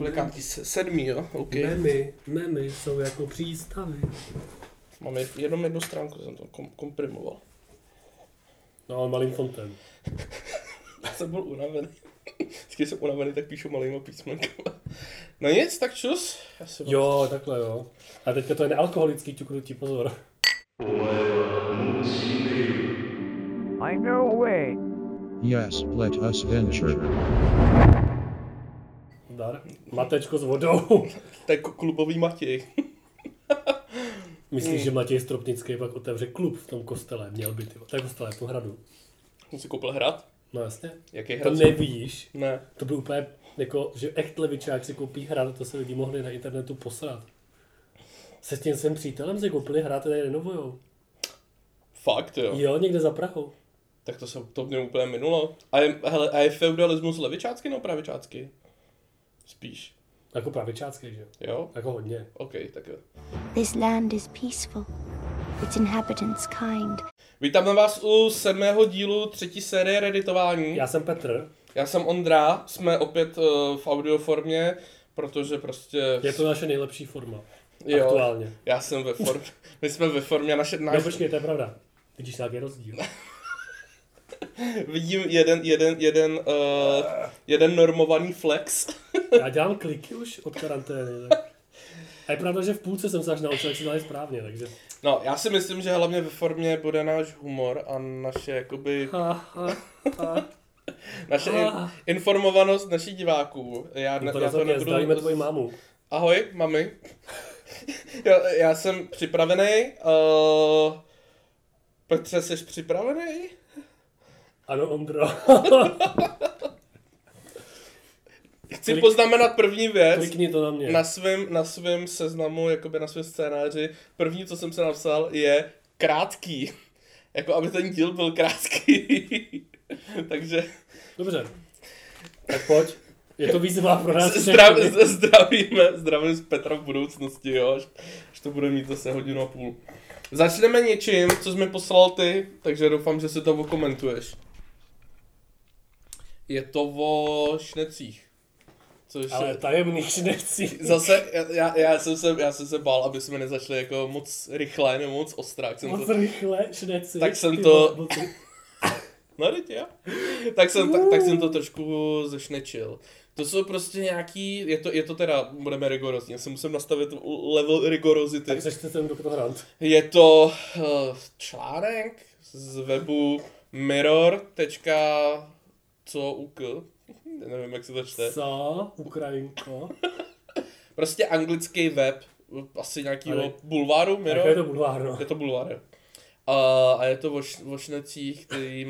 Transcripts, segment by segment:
Kolikátý? 7, jo? OK. Memy jsou jako přístavy. Mám jenom jednu stránku, jsem to komprimoval. No, ale malým fontem. Já jsem byl unavený. Vždycky jsem unavený, tak píšu malýma písmenkama. No nic, tak čus. Jo, takhle jo. A teďka to je nealkoholický ťuknutí, pozor. I know way. Yes, let us venture. Dar. Matečko s vodou. To je klubový Matěj. Myslíš, že Matěj Stropnický pak otevře klub v tom kostele? Měl by, to je kostele, v tom hradu. Jsem si koupil hrad. No jasně. Jaký To hrad? nevíš. Ne. To by úplně, jako, že echt levičák si koupí hrad, to se lidi mohli na internetu posrat. Se s tím svým přítelem si koupili hrad, tady renovujou. Fakt jo. Jo, někde za Prahou. Tak to mě úplně minulo. A je feudalismus levičácký nebo pravičácký? Spíš. Jako pravičácký, že jo? Jo? Jako hodně. OK, tak jo. This land is peaceful, its inhabitants kind. Vítáme vás u 7. dílu 3. série Redditování. Já jsem Petr. Já jsem Ondra, jsme opět v audioformě, protože prostě... Je to naše nejlepší forma. Jo, aktuálně. Já jsem ve formě, my jsme ve formě, No počkej, to je pravda. Vidíš nějaký rozdíl. Vidím jeden normovaný flex. Já dělám kliky už od karantény. Tak. A je pravda, že v půlce jsem se až naučil, jak si dali správně, takže... No, já si myslím, že hlavně ve formě bude náš humor a naše jakoby... naše informovanost našich diváků. Já to nebudu... Zdravíme tvoji mámu. Ahoj, mami. já jsem připravený. Petře, jsi připravený? Ano, Ondro. Chci poznamenat první věc. Klikni to na mě. Na svém seznamu, jakoby na svém scénáři, první, co jsem se napsal, je krátký. Jako aby ten díl byl krátký. Takže... Dobře. Tak pojď. Je to výzva pro nás. Zdravím z Petra v budoucnosti, jo, až to bude mít zase 1.5 hodiny. Začneme něčím, co jsi mi poslal ty, takže doufám, že si to okomentuješ. Je to o šnecích. Ale tajemných šnecích. Zase, já jsem se bál, aby jsme nezačali jako moc rychle nebo moc ostrá. Rychle šneci. Tak jsem to... No, teď jo. Tak jsem to trošku zešnečil. To jsou prostě nějaký, je to teda, budeme rigorózní, já si musím nastavit level rigorozity. Tak seš ten doktorant. Je to článek z webu mirror.co.uk. Nevím, jak se to čte. Co? Ukrajinko? Prostě anglický web, asi nějakýho bulváru, Mirror. Je to bulvár, no. Je to bulvár, jo. A je to o šnecích,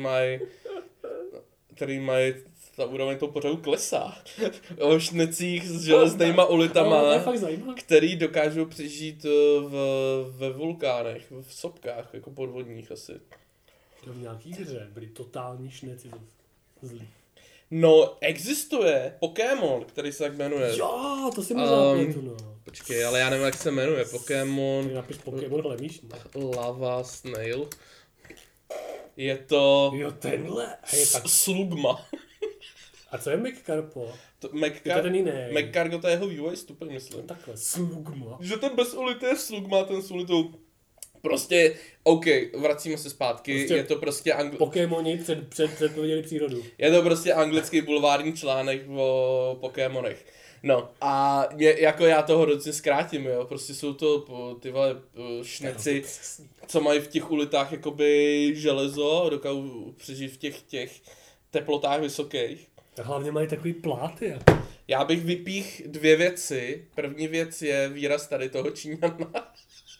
který mají ta úroveň toho pořadu klesá. O šnecích s železnýma ulitama, který dokážou přežít ve vulkánech, v sopkách, jako podvodních asi. To v nějaký hře byli totální šneci zlí. No, existuje Pokémon, který se tak jmenuje. Jo, to si možná pamatuju, no. Počkej, ale já nevím, jak se jmenuje. Pokémon... Ty napiš Pokémon, ale víš, ne? Lava Snail. Je to... Jo, tenhle. Slugma. A co je McCarpo? To je ten jiný. McCargo, to je jeho vývoj stupeň, myslím. Takhle, Slugma. Že ten bezulitý Slugma, ten s ulitou... Prostě, OK, vracíme se zpátky, prostě je to prostě... Pokémoni předpověděli přírodu. Je to prostě anglický bulvární článek o Pokémonech. No a jako já toho hrozně zkrátím, jo, prostě jsou to ty vole šneci, co mají v těch ulitách jakoby železo, dokážou přežít v těch teplotách vysokých. A hlavně mají takový pláty. Já bych vypích 2 věci. První věc je výraz tady toho Číňana.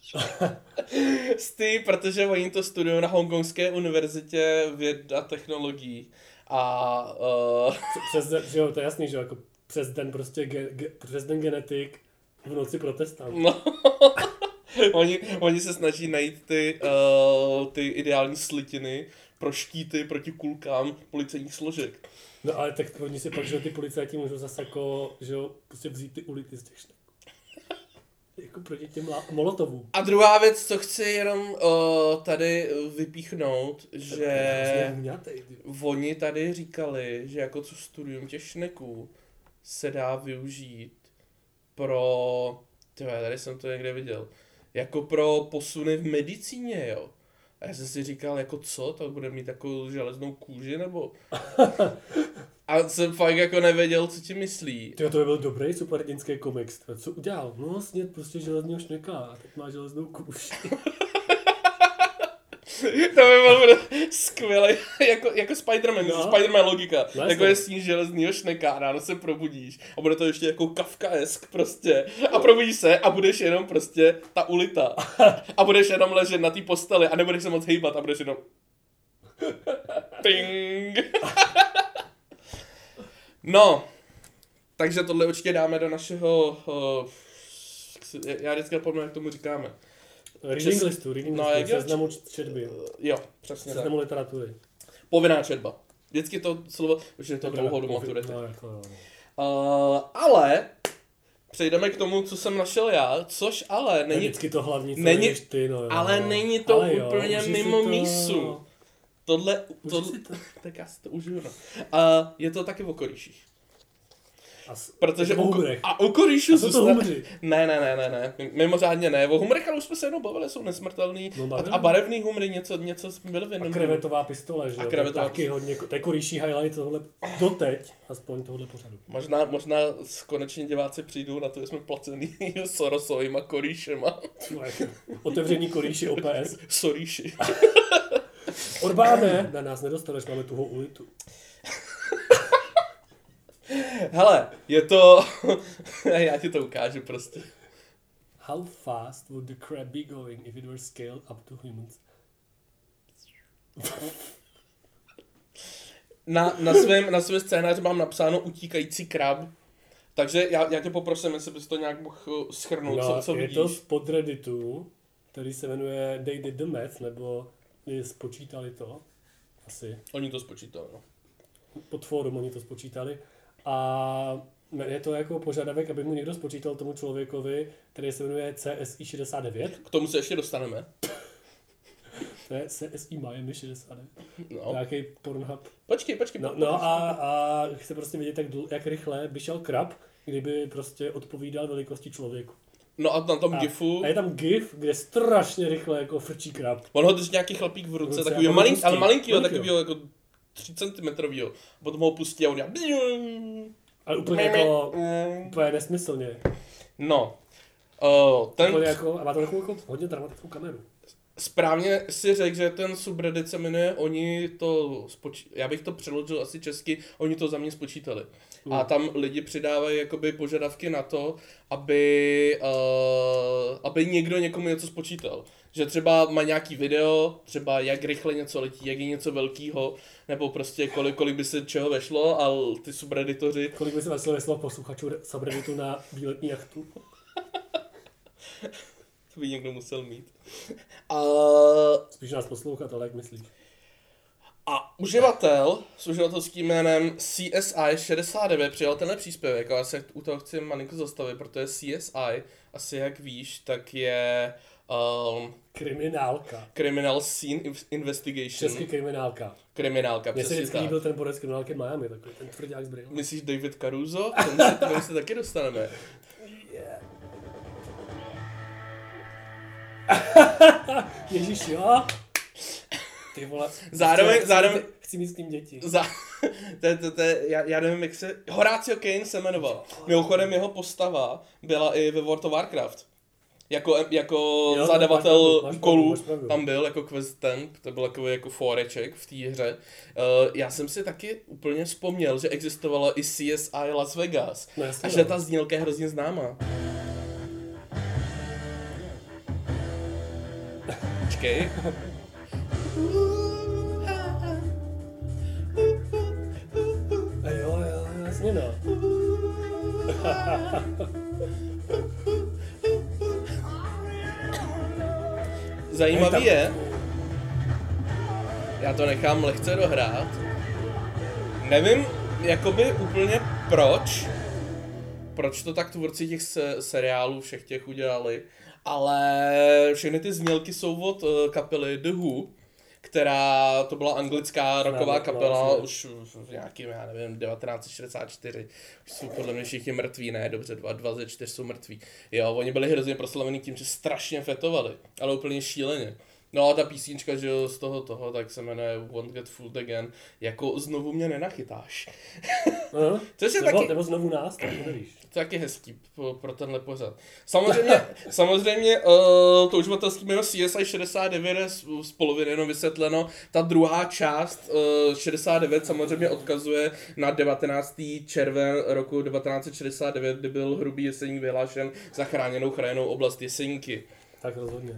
Protože oni to studují na Hongkongské univerzitě věd a technologií. A... že jo, to je jasný, že jako přes den prostě přes den genetik, v noci protestant. No. oni se snaží najít ty ideální slitiny pro štíty proti kulkám policejních složek. No ale tak oni si pak, že ty policajti můžou zase jako, že jo, prostě vzít ty ulity z těch šneků. Jako proti těm molotovům. A druhá věc, co chci jenom tady vypíchnout, že oni tady říkali, že jako co studium těch šneků se dá využít pro... Tyhle, tady jsem to někde viděl. Jako pro posuny v medicíně, jo. A já jsem si říkal, jako co, to bude mít takovou železnou kůži, nebo... A jsem fakt jako nevěděl, co ti myslí. To by byl dobrý superhrdinský komiks. Co udělal? No vlastně prostě železného šneka a teď má železnou kůži. To by byl skvělý, jako Spider-Man, no. Spider-Man logika. No, jako je sníš železnýho šneka a ráno se probudíš a bude to ještě jako Kafkaesk prostě. A probudíš se a budeš jenom prostě ta ulita. A budeš jenom ležet na té posteli a nebudeš se moc hejbat a budeš jenom... Ping. No, takže tohle určitě dáme do našeho... já vždycky napomínám, jak tomu říkáme. Reading listu, seznamu četby. Jo, přesně seznamu literatury. Povinná četba. Vždycky to slovo, už je to dlouho do maturity. No. Ale přejdeme k tomu, co jsem našel já, což ale není... Vždycky to hlavní, co není, ty, no jo. Ale není to ale jo, úplně mimo mísu. Tohle, tak já si to užiju, no. A je to taky o korýších. Protože u korýšů zůstane... Ne. Mimořádně ne. O humorech, ale už jsme se jednou bavili, jsou nesmrtelný. No, a barevný humory, něco byl v jednom. A krevetová pistole, že jo? Taky hodně, to je korýší highlight tohle, doteď, aspoň tohle pořadu. Možná konečně diváci přijdou na to, že jsme placený Sorosovýma korýšema. Otevření korýši OPS. Soríši. Orbáne, na nás nedostaneš, máme tuhou ulitu. Hele, je to... já ti to ukážu prostě. How fast would the crab be going if it were scaled up to humans? Na svém scénáři mám napsáno utíkající krab. Takže já tě poprosím, jestli bys to nějak mohl shrnout, no, co vidíš. Je to z podredditu, který se jmenuje They Did the Math, nebo spočítali to. Asi. Oni to spočítali, no. Pod fórum oni to spočítali. A je to jako požadavek, aby mu někdo spočítal tomu člověkovi, který se jmenuje CSI 69. K tomu se ještě dostaneme. To je CSI Miami 69. No. Nějaký Pornhub. Počkej. No a chce prostě vidět, jak rychle by šel krab, kdyby prostě odpovídal velikosti člověku. No a na tom gifu... A je tam gif, kde strašně rychle jako frčí krab. On ho drží nějaký chlapík v ruce, takový ale malinkýho, takovýho jako 3 cm. Potom ho pustí a udělá... Ale úplně jako... úplně nesmyslně. No. Jako, a má to takovou jako hodně dramatickou kameru. Správně si řekl, že ten subreddit se jmenuje Oni to já bych to přeložil asi česky, Oni to za mě spočítali. A tam lidi přidávají jakoby požadavky na to, aby někdo někomu něco spočítal. Že třeba má nějaký video, třeba jak rychle něco letí, jak je něco velkýho, nebo prostě kolik by se čeho vešlo a ty subredditoři... Kolik by se vešlo posluchačů subredditu na výletní jachtu? To by někdo musel mít. Spíš nás poslouchat, ale jak myslíš? A uživatel s uživatelským jménem CSI69 přijal tenhle příspěvek a já se u toho chci malinko zastavit, protože CSI, asi jak víš, tak je... kriminálka. Criminal Scene Investigation. Český kriminálka. Kriminálka, přesně tak. Mně se vždycky líbil ten borec kriminálky Miami, takový ten tvrdák z brýlí. Myslíš David Caruso? K tomu se taky dostaneme. Yeah. Ježíš, jo? Ty vole. Zároveň... Chci mít s tím děti. Já nevím, jak se... Horatio Kane se jmenoval. Mimochodem jeho postava byla i ve World of Warcraft. Jako jo, zadavatel úkolů tam byl, jako questemp, to byl jako foreček v té hře. Já jsem si taky úplně vzpomněl, že existovalo i CSI Las Vegas. No, jasně, a že ta znělka je hrozně známá. Počkej. Jo, jasně no. Zajímavý je, já to nechám lehce dohrát, nevím jakoby úplně proč to tak tvůrci těch seriálů všech těch udělali, ale všechny ty znělky jsou od kapely The Who, která, to byla anglická rocková kapela, no, už v nějakým, já nevím, 1964, už jsou podle mě všichni mrtví, ne, dobře, 2 ze 4 jsou mrtví. Jo, oni byli hrozně proslavení tím, že strašně fetovali, ale úplně šíleně. No a ta písnička, že jo, z toho, tak se jmenuje Won't Get Fooled Again, jako znovu mě nenachytáš. Což je taky... Nebo znovu nás, tak to nevíš. To je taky hezký pro tenhle pořad. Samozřejmě to uživatelský jméno CSI 69 je z poloviny jenom vysvětleno. Ta druhá část 69 samozřejmě odkazuje na 19. červen roku 1969, kdy byl Hrubý Jeseník vyhlášen za chráněnou krajinou oblast Jeseníky. Tak rozhodně.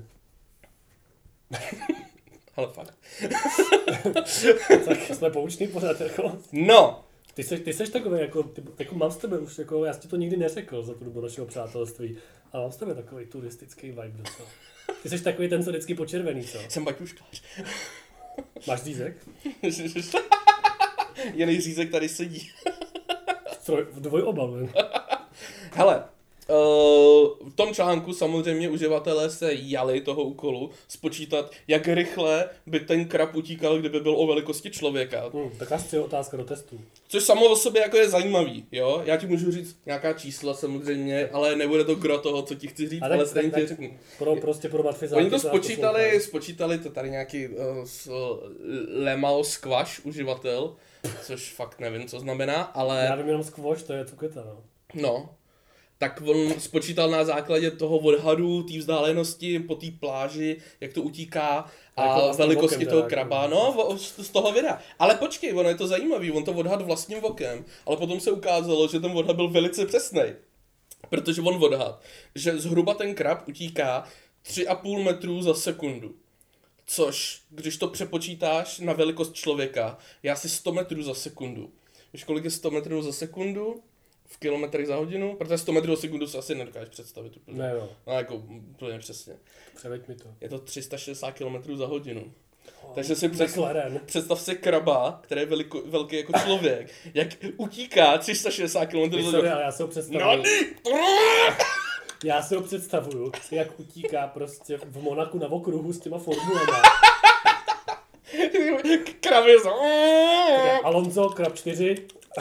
Ale fakt. Tak jsme poučný pořád, jako. No! Ty seš takový, jako mám z tebe už, jako, já ti to nikdy neřekl za tu dobu našeho přátelství, ale mám z tebe takový turistický vibe docela. Ty seš takový ten, co vždycky počervený, co? Jsem baťuškář. Máš řízek? Jiný řízek tady sedí. V dvojobalu. Hele, v tom článku samozřejmě uživatelé se jali toho úkolu spočítat, jak rychle by ten krab utíkal, kdyby byl o velikosti člověka. Tak asi je otázka do testů. Což samo o sobě jako je zajímavý, jo? Já ti můžu říct nějaká čísla samozřejmě, ale nebude to gro toho, co ti chci říct, ale stejně ti řeknu. Prostě pro matfizáky. Oni to spočítali to tady nějaký Lemal Squash uživatel, což fakt nevím, co znamená, ale... Já vím jenom squash, to je cuketa, no. No. Tak on spočítal na základě toho odhadu, té vzdálenosti po té pláži, jak to utíká a jako velikosti toho kraba, no, z toho videa. Ale počkej, ono je to zajímavý, on to odhadl vlastním okem, ale potom se ukázalo, že ten odhad byl velice přesnej. Protože on odhad, že zhruba ten krab utíká 3,5 metru za sekundu. Což, když to přepočítáš na velikost člověka, je asi 100 metrů za sekundu. Víš, kolik je 100 metrů za sekundu? V kilometrech za hodinu, protože 100 metrů za sekundu si asi nedokážeš představit úplně. Ne, jo. No jako úplně přesně. Převeď mi to. Je to 360 km za hodinu. Takže si představ si kraba, který je velký jako člověk, jak utíká 360 km za hodinu. Já si ho představuju. Já si ho představuju, jak utíká prostě v Monaku na okruhu s těma formulema. Krab je Alonso, krab 4.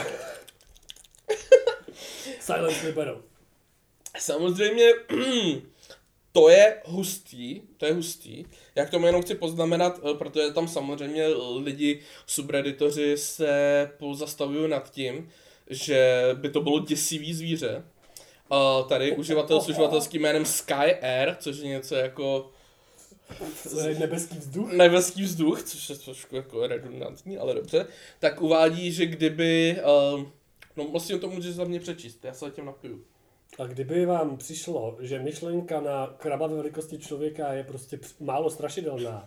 Silence Libero. Samozřejmě, to je hustý. Já k tomu jenom chci poznamenat, protože tam samozřejmě lidi, subredditoři se pozastavují nad tím, že by to bylo děsivý zvíře. Tady uživatel s uživatelským jménem Sky Air, což je něco jako... Co je nebeský vzduch? Nebeský vzduch, což je trošku jako redundantní, ale dobře. Tak uvádí, že kdyby... No vlastně to můžeš za mě přečíst, já se tím napiju. A kdyby vám přišlo, že myšlenka na kraba ve velikosti člověka je prostě málo strašidelná,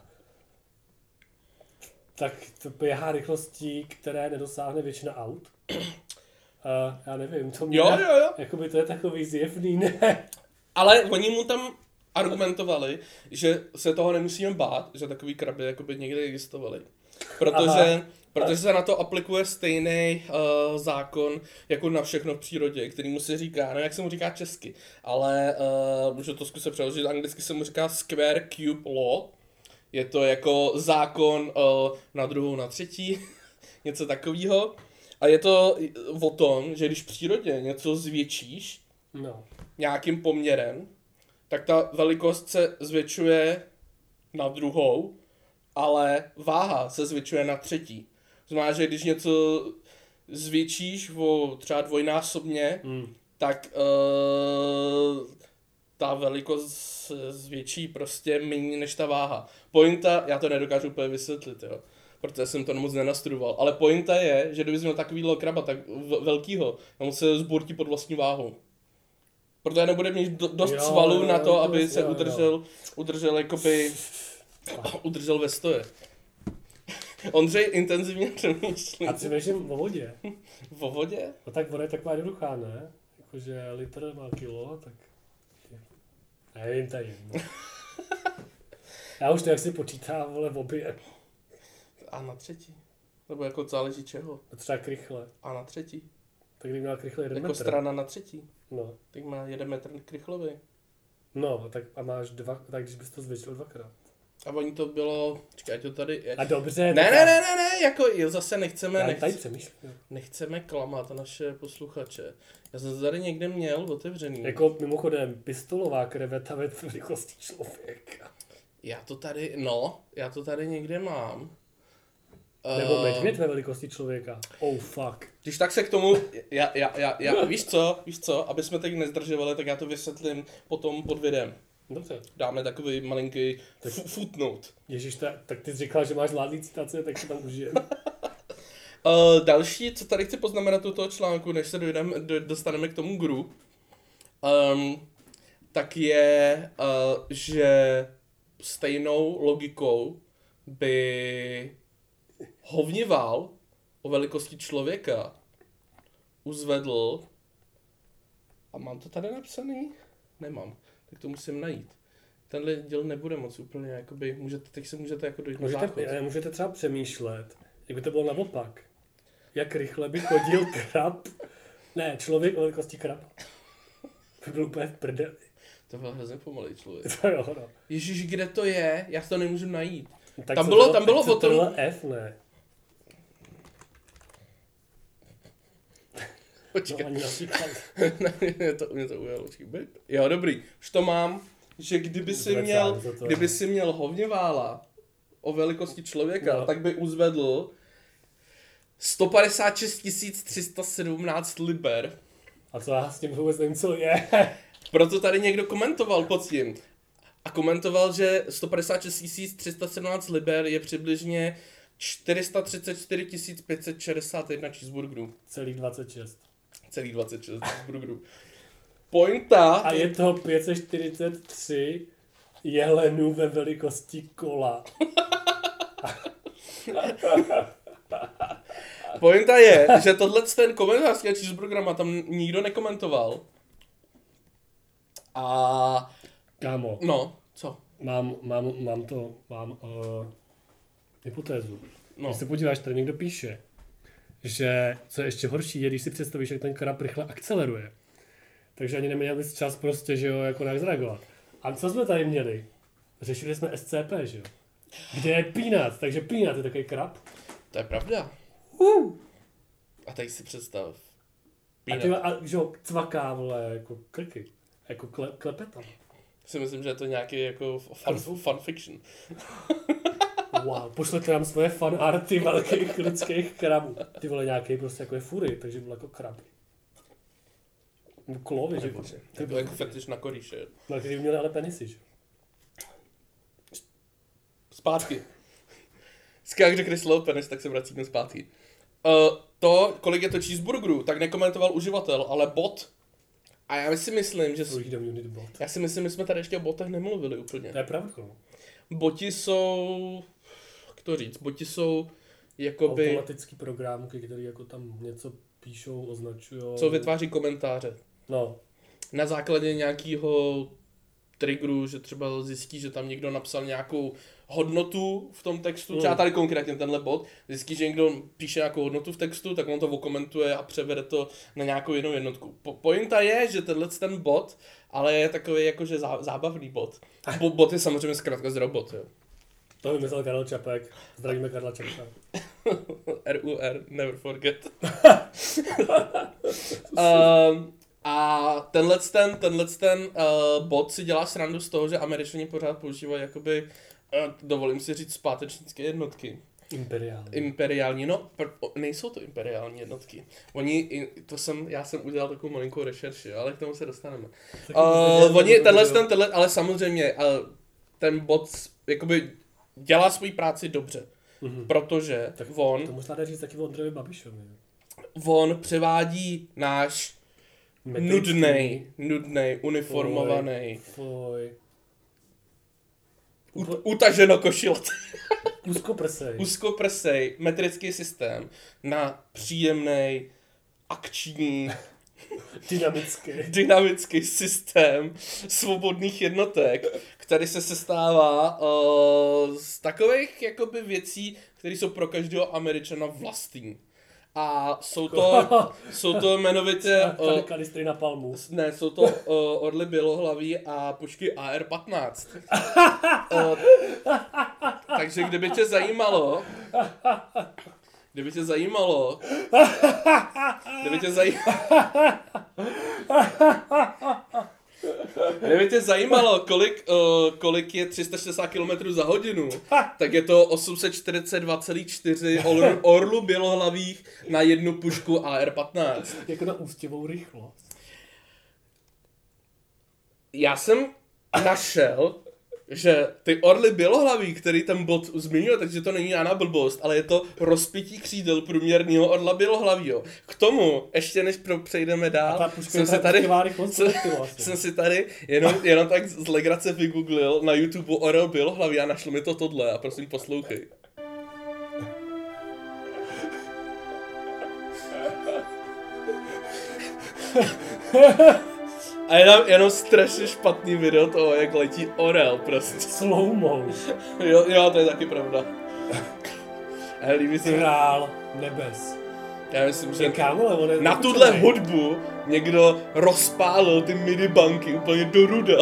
tak to běhá rychlostí, které nedosáhne většina aut. Já nevím, to mě... Jo. Jakoby to je takový zjevný, ne? Ale oni mu tam argumentovali, že se toho nemusíme bát, že takový kraby jakoby někdy existovaly. Protože se na to aplikuje stejný zákon jako na všechno v přírodě, kterýmu se říká, no jak se mu říká česky, ale můžu to zkusit přeložit, anglicky se mu říká Square Cube Law. Je to jako zákon na druhou, na třetí, něco takového. A je to o tom, že když v přírodě něco zvětšíš nějakým poměrem, tak ta velikost se zvětšuje na druhou, ale váha se zvětšuje na třetí. Znamená, že když něco zvětšíš o třeba dvojnásobně, tak ta velikost se zvětší prostě méně než ta váha. Pointa, já to nedokážu úplně vysvětlit, jo, protože jsem to moc nenastudoval, ale pointa je, že kdybys měl takovýhle kraba, tak velkýho, on se zburtí pod vlastní váhou. Protože nebude mít dost svalů na to, aby se udržel jakoby, udržel ve stoje. Ondřej intenzivně přemýšlí. A přemýšlím o vodě. O vodě? No tak voda je taková jednoduchá, ne? Jakože litr má kilo, tak... Nevím, to je jedno. Já už to jak si počítám, vole, v obě. A na třetí? Nebo jako záleží čeho? Třeba krychle. A na třetí? Tak kdyby měla krychle 1 metr. Jako strana na třetí? No. Tak má 1 metr krychlový. No, tak a máš 2, tak když bys to zvětšil 2krát. A oni to bylo, čekaj, to tady je. A dobře. Ne, jako jo, zase nechceme klamat naše posluchače. Já jsem to tady někde měl otevřený. Jako mimochodem, pistolová kreveta ve velikosti člověka. Já to tady někde mám. Nebo medvěd ve velikosti člověka. Oh fuck. Když tak se k tomu, víš co, aby jsme teď nezdržovali, tak já to vysvětlím potom pod videem. Dobře. Dáme takový malinký footnote. Ježíš, tak ty jsi říkal, že máš zvládlý citace, tak se tam užijem. Další, co tady chci poznamenat u toho článku, než se dostaneme k tomu gru, tak je, že stejnou logikou by hovnival o velikosti člověka uzvedl, a mám to tady napsaný? Nemám, tak to musím najít. Tenhle díl nebude moc úplně, jakoby, teď se můžete jako dojít na záchod. Můžete třeba přemýšlet, jak by to bylo naopak. Jak rychle by chodil krab. Ne, člověk o velikosti kraba. To byl úplně v prdeli. To byl hrozně pomalý člověk. To jo, no. Ježíš, kde to je? Já to nemůžu najít. Tak tam bylo o tom... To F, ne? Počkej. No, mě to ujalo. Jo, dobrý. Už to mám, že kdyby si měl hovněvála o velikosti člověka, tak by uzvedl 156 317 liber. A co já s tím vůbec nevím, co je. Proto tady někdo komentoval pod tím. A komentoval, že 156 317 liber je přibližně 434 561 cheeseburgerů. Celých 26 cheeseburgerů. Pointa... A je to 543 jelenů ve velikosti kola. Pointa je, že ten komentář s cheeseburgerama tam nikdo nekomentoval. A... Kámo. No, co? Mám hypotézu. No. Když se podíváš, tady někdo píše, že co je ještě horší je, když si představíš, jak ten krab rychle akceleruje. Takže ani neměl bys čas prostě, že jo, jako nějak zareagovat. A co jsme tady měli? Řešili jsme SCP, že jo? Kde je Peanut, takže Peanut je takový krab. To je pravda. A teď si představ. Peanut. A že jo, cvaká, vole, jako krky. Jako klepeta. Si myslím, že je to nějaký jako fun fiction. Wow, pošlete nám svoje fanarty velkých lidských krabů. Ty vole, nějaký prostě jako je fury, takže byl jako krab. Klovy, že? To byl jako fetiš na koríše. No, který měli ale penisy, že? Zpátky. Jak řekli slovo penis, tak se vracíme zpátky. To, kolik je to cheeseburgerů, tak nekomentoval uživatel, ale bot. A já si myslím, že... Já si myslím, že jsme tady ještě o botech nemluvili úplně. To je pravda. Boti jsou... Jak to říct? Boti jsou jakoby... Automatický programky, který jako tam něco píšou, označujou... Co vytváří komentáře. No. Na základě nějakého triggeru, že třeba zjistí, že tam někdo napsal nějakou hodnotu v tom textu, třeba tady konkrétně tenhle bot, zjistí, že někdo píše nějakou hodnotu v textu, tak on to okomentuje a převede to na nějakou jinou jednotku. Pointa je, že ten bot, ale je takový jakože zábavný bot. Bot je samozřejmě zkrátka z robot, jo. To vymyslel Karel Čapek. Zdravíme Karla Čapka. RUR, never forget. A tenhle bot si dělá srandu z toho, že Američani pořád používají jakoby, dovolím si říct, zpátečnické jednotky. Imperiální, no, nejsou to imperiální jednotky. Já jsem udělal takovou malinkou rešerši, ale k tomu se dostaneme. Ale samozřejmě, ten bot jakoby dělá svoji práci dobře, protože tak on... To možná dá říct taky o Ondrovi Babišovi. On převádí náš nudnej, uniformovaný, utaženo košilat. Úzkoprsej metrický systém na příjemný, akční, dynamický systém svobodných jednotek, který se sestává z takových jakoby věcí, které jsou pro každého Američana vlastní. A jsou to jmenovitě... Kanistry na palmu. Ne, jsou to orly bělohlaví a pušky AR-15. Takže kdyby tě zajímalo, kolik je 360 km za hodinu, tak je to 842,4 orlů bělohlavých na jednu pušku AR-15. Jako na ústěvou rychlost. Já jsem našel, že ty orly bělohlaví, který ten bot zmiňuje, takže to není žádná blbost, ale je to rozpětí křídel průměrného orla bělohlavího. K tomu, ještě než přejdeme dál, jsem si tady jenom tak z legrace vygooglil na YouTube orel bělohlaví a našlo mi to tohle a prosím poslouchej. A jenom strašně špatný video toho, jak letí orel prostě. Slow-mo. Jo, to je taky pravda. A líbí se Král nebes. Já myslím, že Kámo, na tuhle hudbu někdo rozpálil ty midi banky úplně do ruda.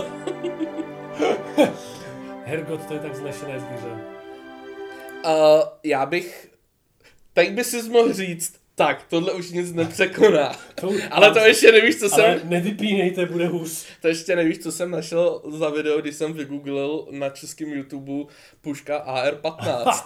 Hergot, to je tak znešené zvíře. Teď by si mohl říct, tak, tohle už nic nepřekoná. Ale to ještě nevíš, co ale nevypínejte, bude hůř. To ještě nevíš, co jsem našel za video, když jsem vygooglil na českém YouTube puška AR-15.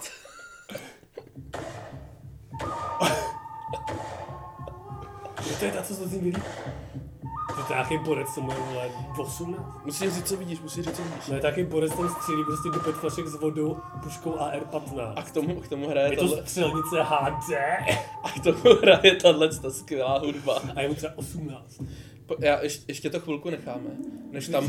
To je ta, co se s tím vylí. To je nějaký borec, co má 18. Musíš říct, co vidíš. No je takový borec, ten střílí prostě do 5 flašek s vodou puškou AR-15. A k tomu hraje je to střelnice HD. A k tomu hraje tato skvělá hudba. A je mu třeba 18. Já ještě to chvilku necháme, než tam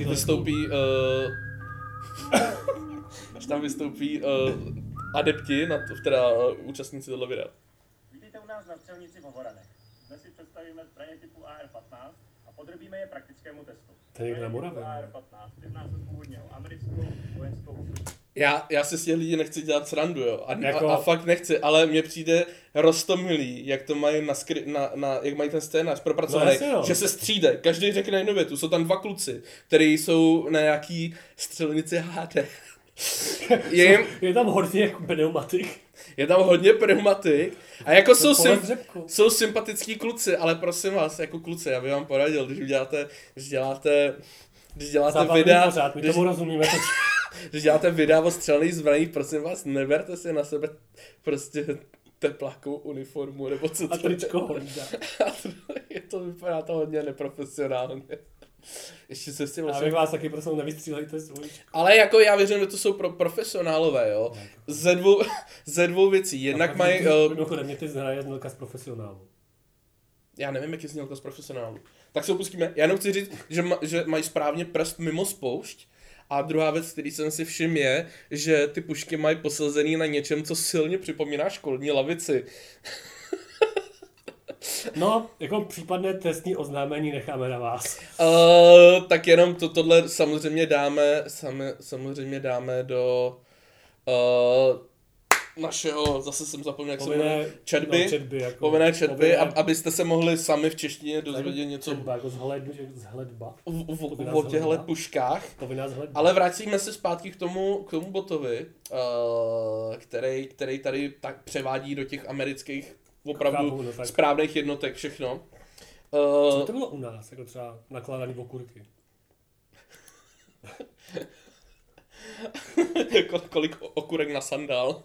vystoupí adepti, teda účastníci tohle videa. Vítejte u nás na střelnici v Hovoranech. Dnes si představíme zbraně typu AR-15 a podrobíme je praktickému testu. To je někde na Moravě. AR-15 jedná se původně o americkou vojenskou. Já si s těch lidí nechci dělat srandu, jo. A fakt nechci, ale mně přijde roztomilý, jak to mají jak mají ten scénář propracovaný, že se stříde, každý řekne jednu větu, jsou tam dva kluci, kteří jsou na nějaký střelnici HD. Je tam hodně pneumatik. Je tam hodně pneumatik a jako jsou sympatický kluci, ale prosím vás, jako kluci, já bych vám poradil, když děláte videa, my tomu rozumíme. Když děláte videa o střelných zbraních, prosím vás, neberte si na sebe prostě teplákovou uniformu, nebo co to a tričko Honda. To vypadá to hodně neprofesionálně. Ještě se s tím vlastně... Já bych vás taky prosím, nevystřílejte svůj. Ale jako já věřím, že to jsou profesionálové, jo. Ze dvou věcí. Jednak mají... Mimochodem, mě ty zhraje znělka z profesionálu. Já nevím, jak je znělka z profesionálu. Tak se opustíme. Já jenom chci říct, že mají správně prst mimo spoušť. A druhá věc, který jsem si všiml, je, že ty pušky mají posazený na něčem, co silně připomíná školní lavici. No, jako případné trestní oznámení necháme na vás. Tak jenom tohle samozřejmě dáme do našeho, zase jsem zapomněl, jak se jmenuje, povinné četby, abyste se mohli sami v češtině dozvědět něco jako zhledba. O těchto puškách. Ale vrátíme se zpátky k tomu botovi, který tady tak převádí do těch amerických opravdu správných jednotek všechno. Co to bylo u nás, jako třeba nakládaný okurky? Kolik okurek na sandál.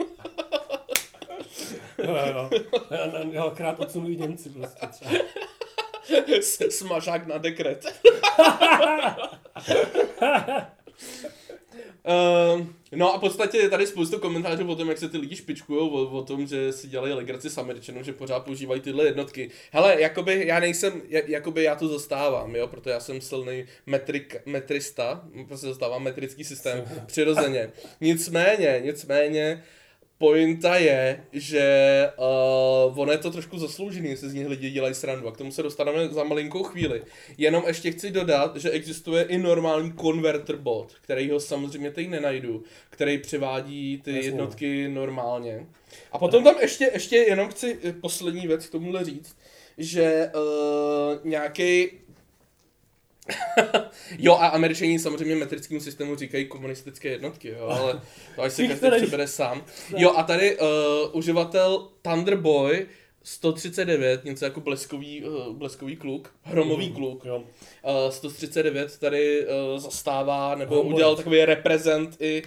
Jo, krát odsunují Němci prostě třeba. Smažák na dekret. No a v podstatě je tady spoustu komentářů o tom, jak se ty lidi špičkujou, o tom, že si dělají legraci s Američanou, že pořád používají tyhle jednotky. Hele, já to zastávám, jo, protože já jsem silný metrista, prostě zastávám metrický systém přirozeně. Nicméně, pointa je, že ono je to trošku zasloužený, jestli z nich lidi dělají srandu a k tomu se dostaneme za malinkou chvíli. Jenom ještě chci dodat, že existuje i normální converter bot, kterýho samozřejmě teď nenajdu, který převádí ty jednotky normálně. A potom tam ještě jenom chci poslední věc k tomuhle říct, že nějaký jo, a Američani samozřejmě metrickému systému říkají komunistické jednotky, jo, ale to až si každý přebere sám. Jo, a tady uživatel Thunderboy 139, něco jako bleskový kluk, hromový kluk, 139 tady zastává, nebo udělal takový reprezent i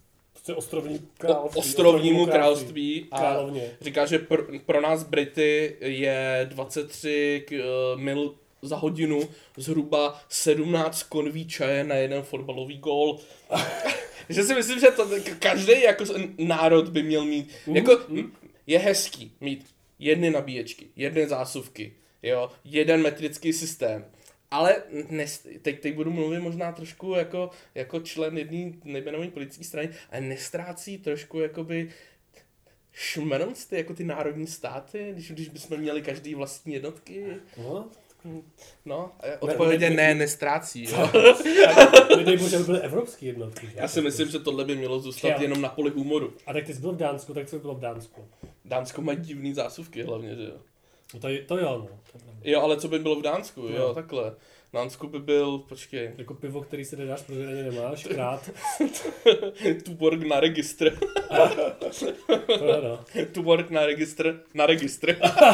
ostrovnímu království a říká, že pro nás Brity je 23 mil za hodinu zhruba 17 konví čaje na jeden fotbalový gól. Že si myslím, že to každý jako národ by měl mít. Jako je hezký mít jedny nabíječky, jedny zásuvky, jo, jeden metrický systém. Ale teď budu mluvit možná trošku jako člen jedné nejmenované politické strany, ale nestrácí trošku jakoby šmenost, jako ty národní státy, když bychom měli každý vlastní jednotky. No, odpovědě nestrácí. Nedej bože, aby byly evropský jednotky. Já si myslím, že tohle by mělo zůstat jenom na poli humoru. A tak ty jsi byl v Dánsku, tak co by bylo v Dánsku? Dánsko mají divný zásuvky hlavně, že jo? No to jo, no. Jo, ale co by bylo v Dánsku, jo, takhle. V Dánsku by byl, počkej. Jako pivo, který si nedáš, protože ani nemáš, krát. Tuborg na registr. Tuborg na registr.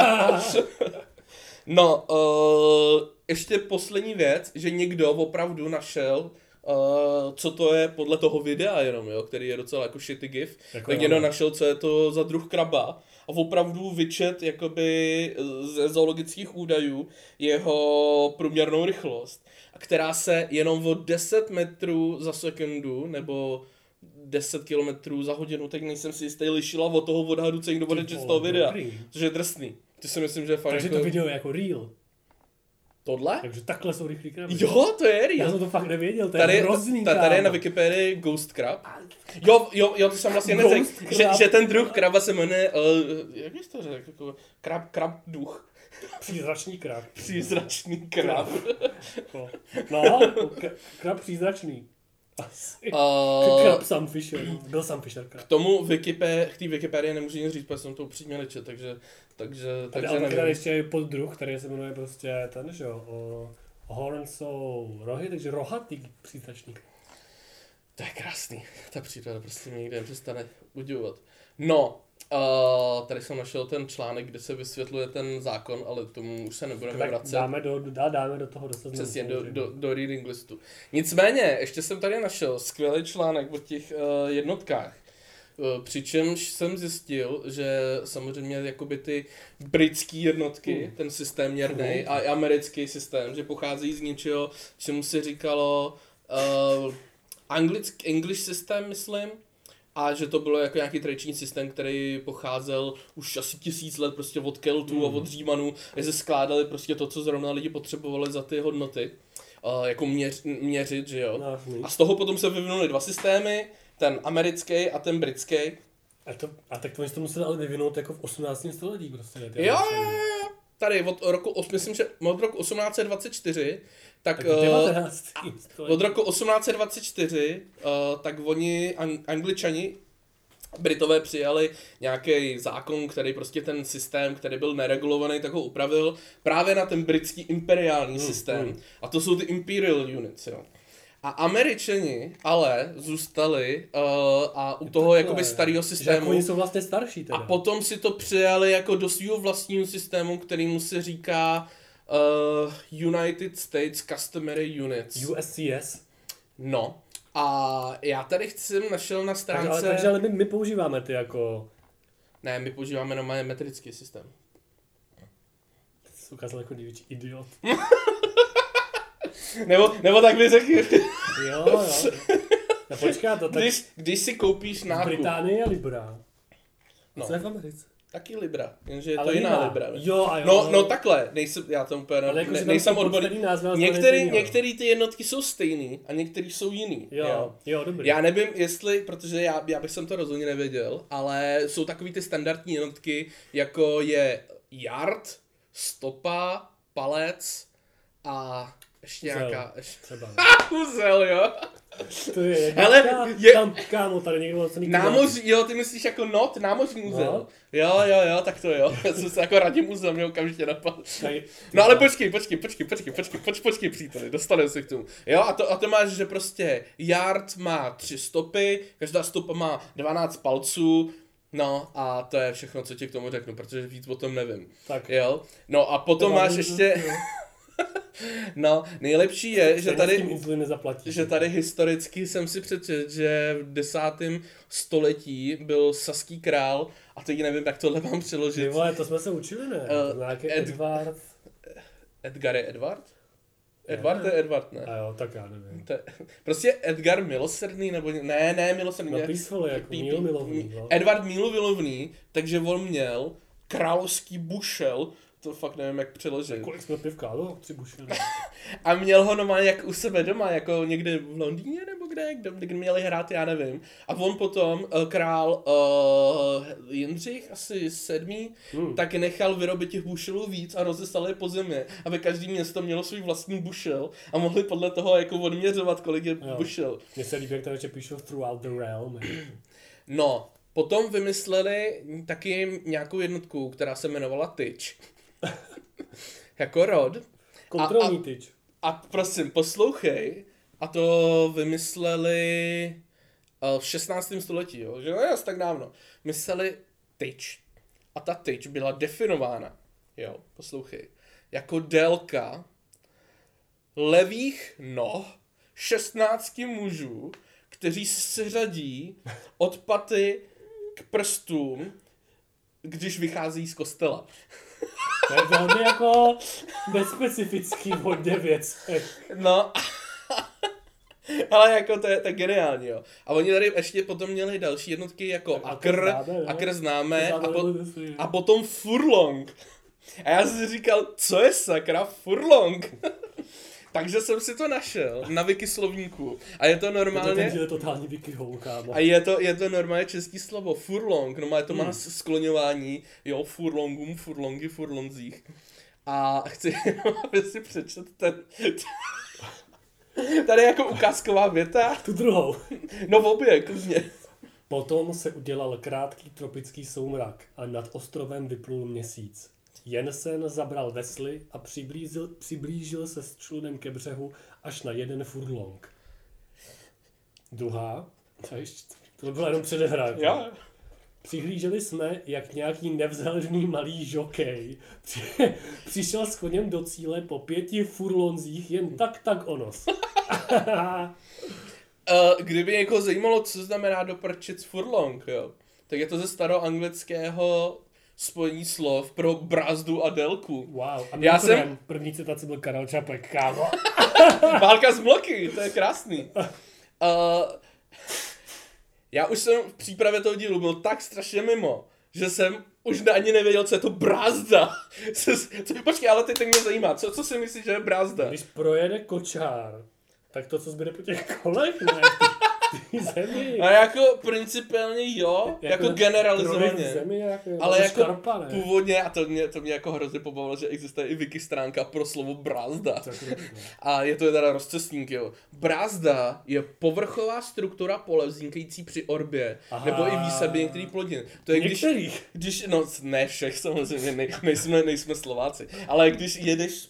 No, ještě poslední věc, že někdo opravdu našel, co to je podle toho videa jenom, jo, který je docela jako shitty gif, jako tak někdo našel, co je to za druh kraba a opravdu vyčet jakoby ze zoologických údajů jeho průměrnou rychlost, která se jenom o 10 metrů za sekundu nebo 10 kilometrů za hodinu, teď nejsem si jistý, lišila od toho odhadu, co někdo bude čet z toho videa, což je drsný. Ty si myslím, že je fakt. Takže jako... to video je jako real. Tohle? Takže takhle jsou rychlý kraby. Jo, to je real. Já jsem to fakt nevěděl, to je hrozný krab. Tady je na Wikipedii Ghost Crab. Jo, to jsem vlastně neřekl, že ten druh kraba se jmenuje, jak jsi to řekl, jako krab duch. Přízračný krab. Přízračný krab. No, krab přízračný. Krab Sam Fisher. Byl Sam Fisher krab. K tomu k té Wikipedii nemůžu nic říct, protože jsem to upřímně nečet, takže nevím. Ale ještě je poddruh, který se jmenuje prostě ten, že jo, horns jsou rohy, takže rohatý přízračník. To je krásný, ta příroda prostě mě nikdy nepřestane udivovat. No, tady jsem našel ten článek, kde se vysvětluje ten zákon, ale tomu už se nebudeme vracet. Dáme do toho dostatečně. Přesně, do reading listu. Nicméně, ještě jsem tady našel skvělý článek o těch jednotkách. Přičemž jsem zjistil, že samozřejmě jakoby ty britský jednotky, ten systém měrnej a americký systém, že pochází z něčeho, čemu se říkalo English systém, myslím, a že to bylo jako nějaký tradiční systém, který pocházel už asi 1000 let prostě od Keltů a od Římanů, že se skládali prostě to, co zrovna lidi potřebovali za ty hodnoty, jako měřit, že jo. A z toho potom se vyvinuly dva systémy, ten americký a ten britský. A tak to museli ale vyvinout jako v 18. století prostě. Jo. Tady myslím, že od roku 1824, tak od roku 1824, tak oni Angličani, Britové přijali nějaký zákon, který prostě ten systém, který byl neregulovaný, tak ho upravil právě na ten britský imperiální systém. A to jsou ty imperial units, jo. A Američani ale zůstali a u toho jakoby starého systému. Oni jsou vlastně starší teda. A potom si to přijali jako do svého vlastního systému, kterýmu se říká United States Customary Units. USCS. No. A já tady našel na stránce... Takže ale my používáme ty jako... Ne, my používáme normálně metrický systém. Ty jsi ukázal jako největší idiot. nebo tak by řekl. Jo. Počká to tak... Když si koupíš nákup... Británie je Libra. No. Co je v Americe? Taky Libra, jenže je to Ale jiná jiná. Libra. Ne? Jo, a jo. No takhle, já to úplně Ale jako, že tam nejsem jsou odborný. podstatný názvy, ale Některé ty jednotky jsou stejný a některé jsou jiný. Jo, dobrý. Já nevím, jestli, protože já bych to rozhodně nevěděl, ale jsou takový ty standardní jednotky, jako je yard, stopa, palec a ještě Uzel. nějaká... Třeba. Uzel, jo. To je, Hele, je- tam, kámo, tady někdo co Námořní, jo, ty myslíš jako not, námořní uzel. No. Jo, tak to jo. Já jsem se jako Radim Uzel mě okamžitě napadl. Tady- No ale počkej, příteli, dostaneme se k tomu. Jo, a to máš, že prostě yard má 3 stopy, každá stopa má 12 palců, no a to je všechno, co ti k tomu řeknu, protože víc o tom nevím. Tak. Jo, no a potom To mám máš víc, ještě... jo. No, nejlepší je, že Stejně s tady... tím inzulin nezaplatíš. Že tady historicky jsem si přečetl, že v 10. století byl saský král, a teď nevím, jak tohle mám Ty přeložit. vole, to jsme se učili, ne? To nějaký Edward. Edgar je Edward? Edward je Edward, ne? A jo, tak já nevím. Prostě Edgar Milosrdný, nebo ne Milosrdný. No písvole, jako mílumilovný, no. Edward Mílumilovný, takže on měl královský bušel, to fakt nevím, jak přeložit. Kolik jsme pivka, no, 3 bušely. A měl ho normálně jak u sebe doma, jako někde v Londýně nebo kde měli hrát, já nevím. A on potom, král Jindřich, asi 7. Tak nechal vyrobit těch bušelů víc a rozeslal je po zemi. Aby každý město mělo svůj vlastní bušel a mohli podle toho jako odměřovat, kolik je bušel. Mně se líbí, jak tady ještě píšou throughout the realm. No, potom vymysleli taky nějakou jednotku, která se jmenovala Tyč. Jako rod. Kontrolní tyč. A prosím, poslouchej, a to vymysleli v 16. století, jo, že ne tak dávno. Mysleli tyč. A ta tyč byla definována, jo, poslouchej, jako délka levých noh 16 mužů, kteří se řadí od paty k prstům, když vychází z kostela. To je velmi jako nespecifický v hodně věcech. No, ale jako to je tak geniální, jo. A oni tady ještě potom měli další jednotky jako Akr známe a potom Furlong. A já jsem si říkal, co je sakra Furlong? Takže jsem si to našel na Wikislovníku. A je to normálně... To je totální wikihole, kámo. A je to normálně český slovo. Furlong, normálně to má skloňování, jo, furlongům, furlongy, furlonzích. A chci, aby si přečet tady jako ukázková věta. Tu druhou. No obě, klidně. Potom se udělal krátký tropický soumrak a nad ostrovem vyplul měsíc. Jensen zabral vesly a přiblížil se s člunem ke břehu až na 1 furlong. Druhá, to byla jenom předehra. Jo. Přihlíželi jsme, jak nějaký nevzhledný malý žokej přišel s koněm do cíle po 5 furlonzích jen tak onos. Kdyby někoho zajímalo, co znamená doprčit furlong, jo, tak je to ze staroanglického spojení slov pro brázdu a délku. Wow. A Já jsem... První citace byl Karel Čapek, kámo. Válka z Mloky, to je krásný. Já už jsem v přípravě toho dílu byl tak strašně mimo, že jsem už ani nevěděl, co je to brázda. Počkej, ale teď mě zajímá, co si myslíš, že je brázda? Když projede kočár, tak to, co zbyde po těch kolech, ne? Ty zemi. A jako principiálně jo, jako generalizovaně. Zemi, ale jako škarpa, původně, a to mě jako hrozně pobavilo, že existuje i wiki stránka pro slovo brázda. A je to teda rozcestník, jo. Brázda je povrchová struktura pole vznikající při orbě, nebo i výsadbě některých plodin. To je když no ne všech samozřejmě, nejsme Slováci, ale když jedeš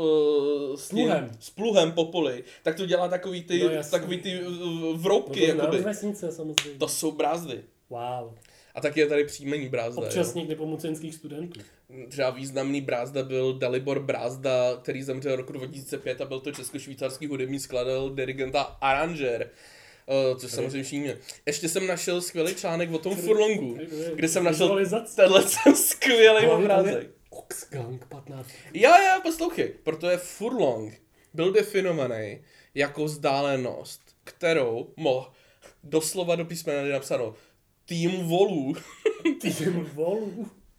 s pluhem po poli, tak to dělá takový ty vroubky, jakoby. Vesnice, samozřejmě. To jsou brázdy. Wow. A tak je tady příjmení brázda. Občasník nepomocenských studentů. Třeba významný brázda byl Dalibor Brázda, který zemřel roku 2005 a byl to česko-švýcarský hudební skladatel, dirigent a aranžér. Což samozřejmě všichni. Ještě jsem našel skvělý článek o tom furlongu, kde jsem našel tenhle skvělý obrázek. Oxgang 15. Jo, poslouchej, protože furlong byl definovaný jako vzdálenost, kterou mohl doslova do písmene napsáno tým volů. Tým volů.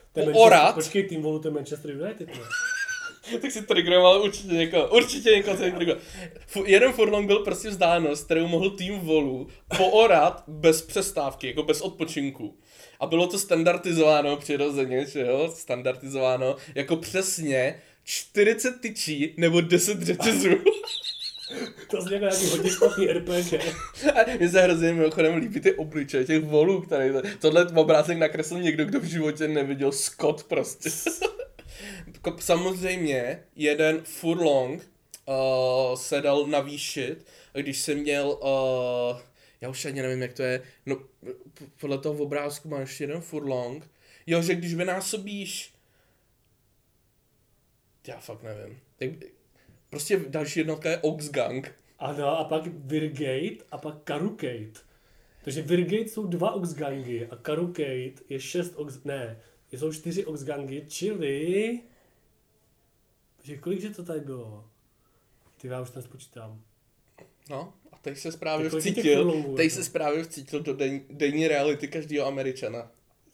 poorat. Počkej, tým volu, to je Manchester United, ne? Tak si triggeroval určitě někoho se triggeroval. Jeden furlong byl prostě vzdálenost, kterou mohl tým volů poorat bez přestávky, jako bez odpočinku. A bylo to standardizováno přirozeně, že jo, standardizováno jako přesně 40 tyčí nebo 10 řetězů. To zní jako nějaký hodně špatný RPG. A mně se hrozně mimochodem líbí ty obličeje těch volů, který tohle obrázek nakreslil někdo, kdo v životě neviděl Scott prostě. Samozřejmě jeden furlong se dal navýšit, když jsem měl, já už ani nevím, jak to je, no podle toho obrázku máš jeden furlong, jo, že když vynásobíš, já fakt nevím, tak prostě další jednotka je Oxgang. Ano, a pak Virgate a pak Carucate. Takže Virgate jsou 2 Oxgangy a Carucate je 6 jsou 4 Oxgangy, čili... Takže kolikže to tady bylo? Ty já už tam spočítám. No, a teď se právě Kolik je těch vcítil, furlongů, teď jako? se právě vcítil do denní reality každého Američana.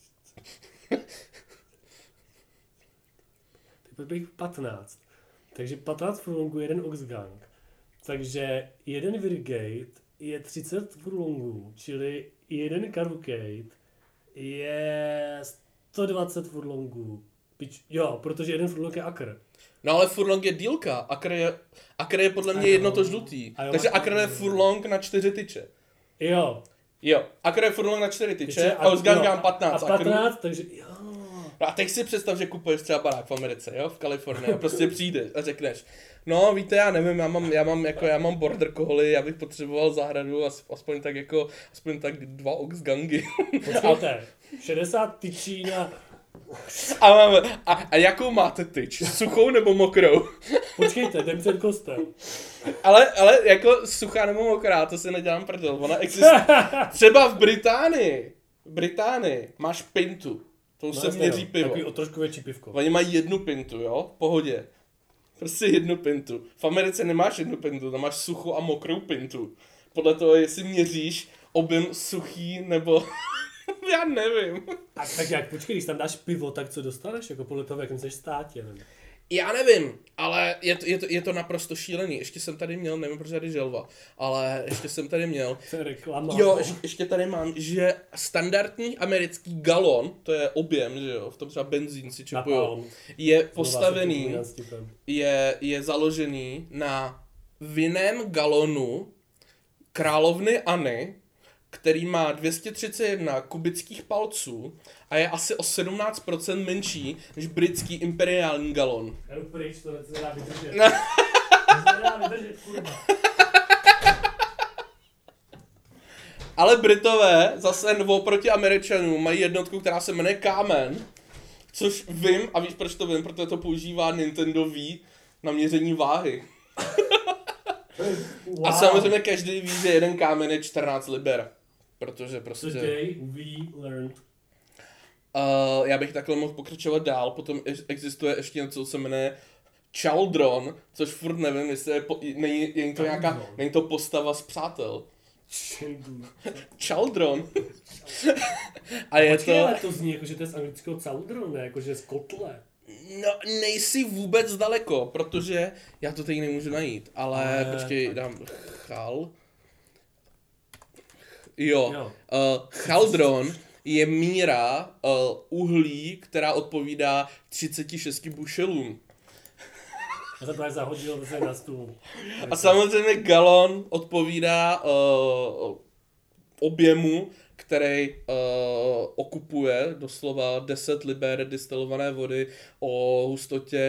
Teď bych 15. Takže 15 furlongů je 1 Oxgang. Takže jeden Virgate je 30 furlongů, čili jeden Carucate je 120 furlongů. Jo, protože jeden furlong je akr. No ale furlong je dílka, akr je podle mě jedno to žlutý. Takže akr je furlong na 4 tyče. Jo. Jo, akr je furlong na 4 tyče a Oxgang 15 a 15, takže jo. No a teď si představ, že kupuješ třeba barák v Americe, jo, v Kalifornii a prostě přijdeš a řekneš, no víte, já nevím, já mám border collie, já bych potřeboval zahradu aspoň tak 2 Oxgangy. Počkejte, 60 tyčí na... A jakou máte tyč? Suchou nebo mokrou? Počkejte, jdem ten kostel. Ale jako suchá nebo mokrá, to si nedělám prdel, ona existuje. Třeba v Británii máš pintu, to se měří pivo. Takový o trošku větší pivko. Oni mají 1 pintu, jo, v pohodě. Prostě 1 pintu. V Americe nemáš 1 pintu, tam máš suchou a mokrou pintu. Podle toho, jestli měříš objem suchý nebo... Já nevím. A tak jak, počkej, když tam dáš pivo, tak co dostaneš? Jako podle toho, v jakém seš státě, ne? Já nevím, ale je to naprosto šílený. Ještě jsem tady měl, nevím, proč tady želva, ale ještě jsem tady měl. To je reklama. Jo, ještě tady mám, že standardní americký galon, to je objem, že jo, v tom třeba benzín si čepujou, je postavený, je založený na vinném galonu královny Anny, který má 231 kubických palců a je asi o 17% menší než britský imperiální galon. Já jdu pryč, to se nedá vydržet. No. To se nedá vydržet, kurva. Ale Britové zase oproti Američanům mají jednotku, která se jmenuje kámen, což vím, a víš proč to vím, protože to používá Nintendo Wii na měření váhy. Wow. A samozřejmě každý ví, že jeden kámen je 14 liber. Protože prostě... Today we learned. Já bych takhle mohl pokračovat dál, potom existuje ještě něco, co se jmenuje Chaldron, což furt nevím, jestli je není to postava z Přátel. Chaldron. A je Počkej, to... ale to zní jako, že to je z anglického Chaldron, ne? Jako, že z kotle. No, nejsi vůbec daleko, protože já to teď nemůžu najít, ale počkej, dám chal. Jo. Chaldron je míra uhlí, která odpovídá 36 bušelům. Já jsem právě zahodil to se na stůl. A samozřejmě galon odpovídá objemu, který okupuje doslova 10 liber distilované vody o hustotě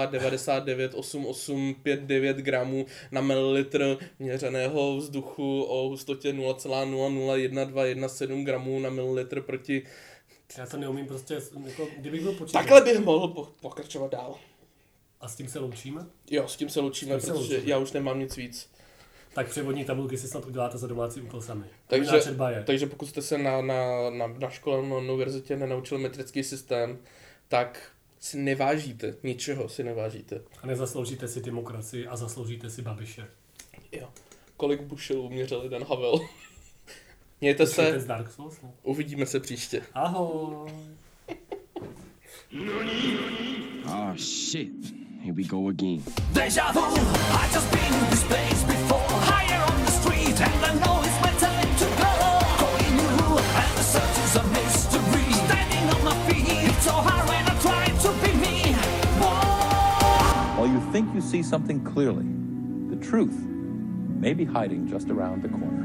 0,9985859 gramů na mililitr měřeného vzduchu o hustotě 0,001217 gramů na mililitr proti... Já to neumím prostě, jako, kdybych byl počítat. Takhle bych mohl pokračovat dál. A s tím se loučíme? Jo, s tím se loučíme, protože já už nemám nic víc. Tak převodní tabulky si snad uděláte za domácí úkol sami. Takže pokud jste se na škole na univerzitě nenaučili metrický systém, tak si nevážíte, ničeho si nevážíte. A nezasloužíte si demokracii a zasloužíte si Babiše. Jo. Kolik bušelů měřil Dan Havel? Mějte se, Dark Souls, ne? uvidíme se příště. Ahoj. Oh shit. Here we go again. Deja vu, I just been in this place before. Higher on the street, and I know it's my time to go. Going new, and the search is a mystery. Standing on my feet, it's so hard when I try to be me. Whoa. While you think you see something clearly, the truth may be hiding just around the corner.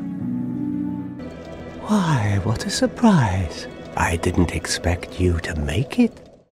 Why, what a surprise. I didn't expect you to make it.